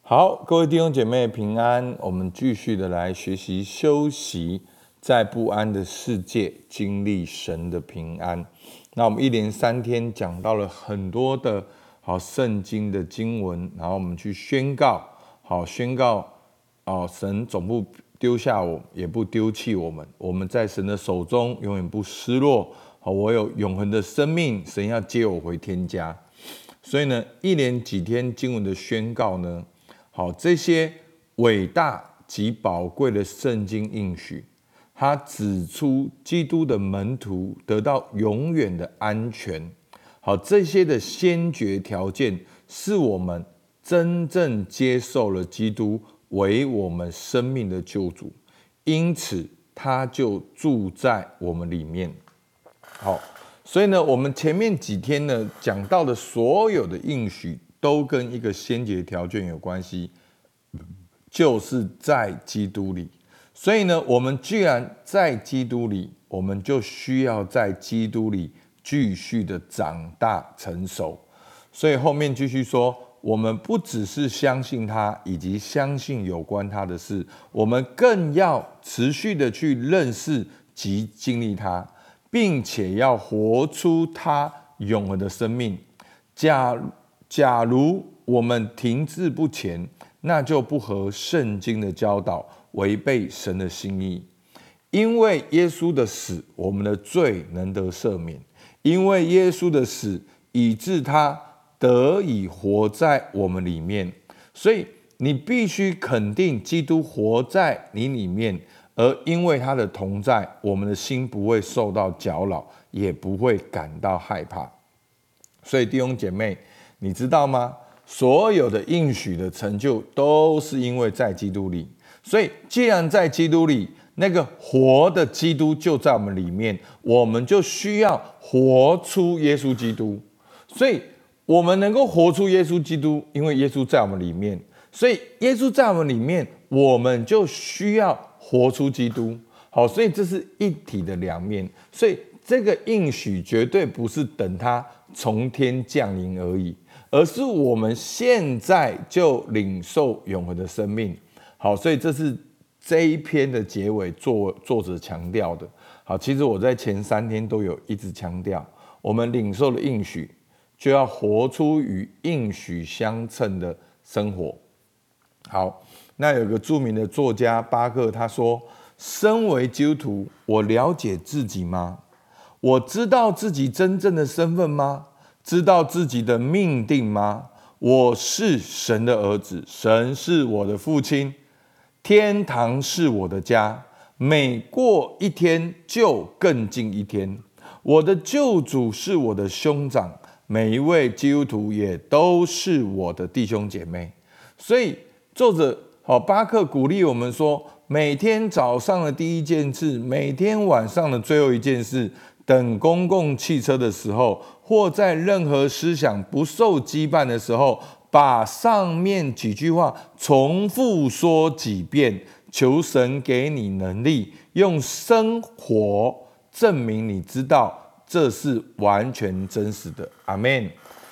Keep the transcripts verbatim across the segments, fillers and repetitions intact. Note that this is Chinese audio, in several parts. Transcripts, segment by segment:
好，各位弟兄姐妹平安，我们继续的来学习休息，在不安的世界经历神的平安。那我们一连三天讲到了很多的好圣经的经文，然后我们去宣告，好宣告哦，神总不丢下我，也不丢弃我们，我们在神的手中永远不失落。好，我有永恒的生命，神要接我回天家。所以呢，一连几天经文的宣告呢，好，这些伟大及宝贵的圣经应许，它指出基督的门徒得到永远的安全。好，这些的先决条件是我们真正接受了基督为我们生命的救主，因此他就住在我们里面。好，所以呢，我们前面几天呢讲到的所有的应许，都跟一个先决条件有关系，就是在基督里。所以呢，我们既然在基督里，我们就需要在基督里继续的长大成熟。所以后面继续说，我们不只是相信他，以及相信有关他的事，我们更要持续的去认识及经历他，并且要活出他永恒的生命。假假如我们停滞不前，那就不合圣经的教导，违背神的心意。因为耶稣的死，我们的罪能得赦免；因为耶稣的死，以致他得以活在我们里面。所以你必须肯定基督活在你里面，而因为他的同在，我们的心不会受到搅扰，也不会感到害怕。所以弟兄姐妹，你知道吗？所有的应许的成就都是因为在基督里。所以既然在基督里，那个活的基督就在我们里面，我们就需要活出耶稣基督。所以我们能够活出耶稣基督，因为耶稣在我们里面。所以耶稣在我们里面，我们就需要活出基督。好，所以这是一体的两面。所以这个应许绝对不是等他从天降临而已，而是我们现在就领受永恒的生命。好，所以这是这一篇的结尾作作者强调的。好，其实我在前三天都有一直强调，我们领受了应许，就要活出与应许相称的生活。好，那有个著名的作家巴克，他说：身为基督徒，我了解自己吗？我知道自己真正的身份吗？知道自己的命定吗？我是神的儿子，神是我的父亲，天堂是我的家，每过一天就更近一天。我的救主是我的兄长，每一位基督徒也都是我的弟兄姐妹。所以作者好巴克鼓励我们说，每天早上的第一件事，每天晚上的最后一件事，等公共汽车的时候，或在任何思想不受羁绊的时候，把上面几句话重复说几遍，求神给你能力，用生活证明你知道这是完全真实的。阿们。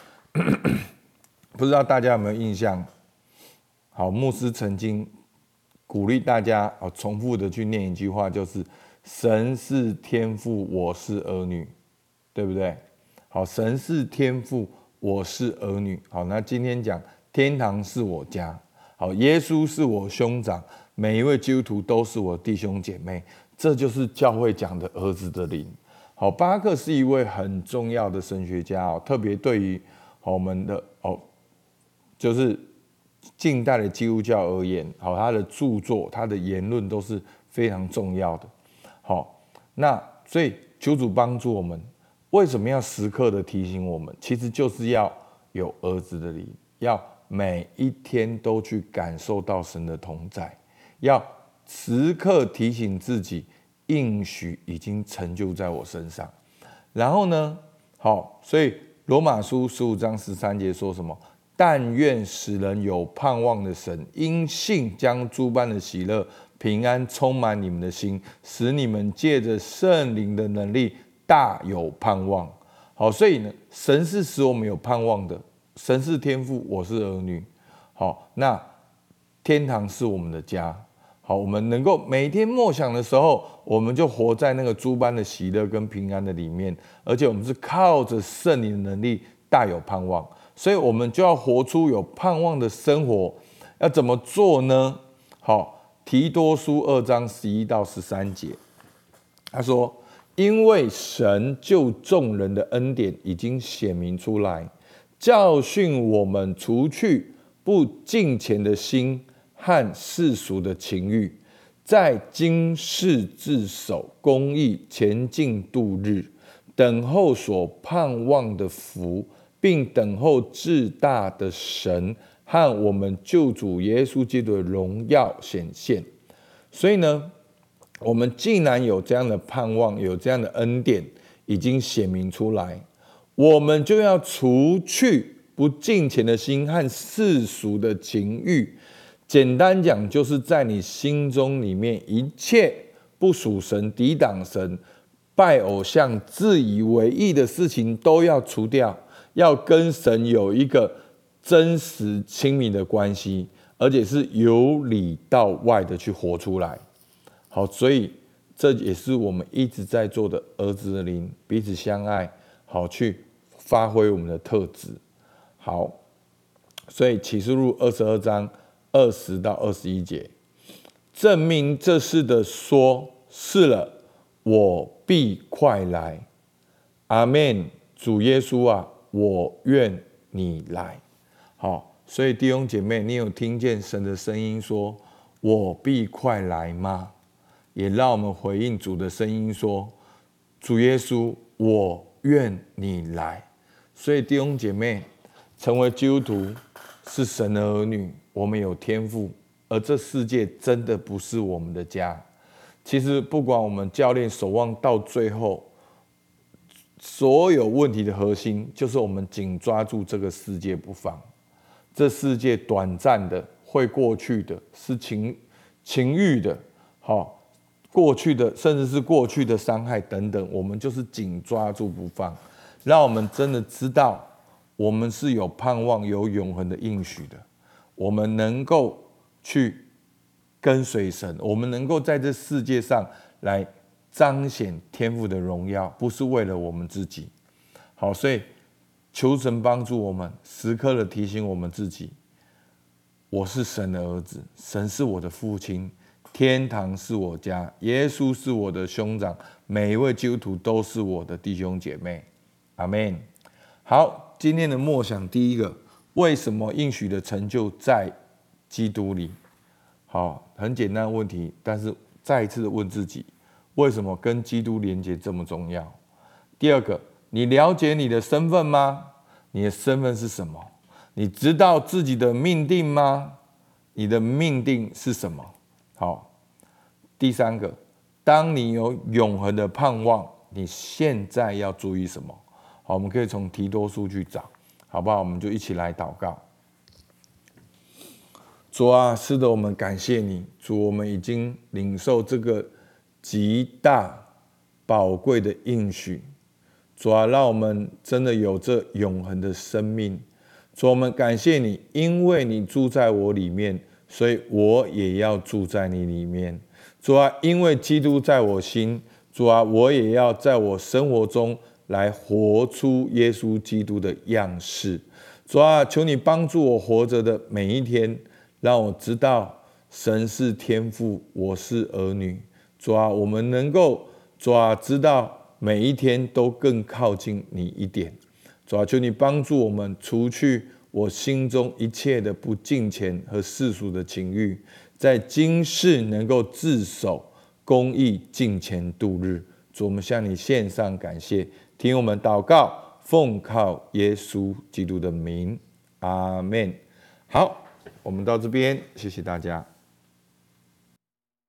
不知道大家有没有印象？好，牧师曾经鼓励大家重复的去念一句话，就是神是天父，我是儿女，对不对？好，神是天父，我是儿女。好，那今天讲天堂是我家。好，耶稣是我兄长，每一位基督徒都是我弟兄姐妹。这就是教会讲的儿子的灵。好，巴克是一位很重要的神学家哦，特别对于我们的哦，就是近代的基督教而言，好，他的著作、他的言论都是非常重要的。好，那所以求主帮助我们。为什么要时刻的提醒我们？其实就是要有儿子的灵，要每一天都去感受到神的同在，要时刻提醒自己，应许已经成就在我身上。然后呢，好，所以罗马书十五章十三节说什么？但愿使人有盼望的神，因信将诸般的喜乐、平安充满你们的心，使你们借着圣灵的能力大有盼望。好，所以呢，神是使我们有盼望的，神是天父，我是儿女。好，那天堂是我们的家。好，我们能够每天默想的时候，我们就活在那个诸般的喜乐跟平安的里面，而且我们是靠着圣灵的能力大有盼望，所以我们就要活出有盼望的生活。要怎么做呢？好，提多书二章十一到十三节，他说：因为神救众人的恩典已经显明出来，教训我们除去不敬虔的心和世俗的情欲，在今世自守公义，前进度日，等候所盼望的福，并等候至大的神和我们救主耶稣基督的荣耀显现。所以呢，我们既然有这样的盼望，有这样的恩典已经显明出来，我们就要除去不敬虔的心和世俗的情欲。简单讲，就是在你心中里面一切不属神、抵挡神、拜偶像、自以为意的事情都要除掉，要跟神有一个真实亲密的关系，而且是由里到外的去活出来。好，所以这也是我们一直在做的儿子的灵，彼此相爱，好去发挥我们的特质。好，所以启示录二十二章二十到二十一节，证明这事的说：是了，我必快来。阿们。主耶稣啊，我愿你来。好，所以弟兄姐妹，你有听见神的声音说：我必快来吗？也让我们回应主的声音说：主耶稣，我愿你来。所以弟兄姐妹，成为基督徒是神的儿女，我们有天赋，而这世界真的不是我们的家。其实不管我们教练守望到最后，所有问题的核心就是我们紧抓住这个世界不放。这世界短暂的，会过去的，是情情欲的，好，过去的，甚至是过去的伤害等等，我们就是紧抓住不放，让我们真的知道我们是有盼望、有永恒的应许的。我们能够去跟随神，我们能够在这世界上来彰显天父的荣耀，不是为了我们自己。好，所以求神帮助我们，时刻的提醒我们自己：我是神的儿子，神是我的父亲，天堂是我家，耶稣是我的兄长，每一位基督徒都是我的弟兄姐妹。阿们。好，今天的默想，第一个，为什么应许的成就在基督里？好，很简单的问题，但是再一次的问自己，为什么跟基督连结这么重要？第二个，你了解你的身份吗？你的身份是什么？你知道自己的命定吗？你的命定是什么？好，第三个，当你有永恒的盼望，你现在要注意什么？好，我们可以从提多书去找，好不好？我们就一起来祷告。主啊，是的，我们感谢你，主，我们已经领受这个极大宝贵的应许。主啊，让我们真的有这永恒的生命。主，我们感谢你，因为你住在我里面，所以我也要住在你里面。主啊，因为基督在我心，主啊，我也要在我生活中来活出耶稣基督的样式。主啊，求你帮助我活着的每一天，让我知道神是天父，我是儿女。主啊，我们能够主啊知道每一天都更靠近你一点。主啊，求你帮助我们除去我心中一切的不敬虔和世俗的情欲，在今世能够自守公义，敬虔度日。主，我们向你献上感谢，听我们祷告，奉靠耶稣基督的名，阿们。好，我们到这边，谢谢大家。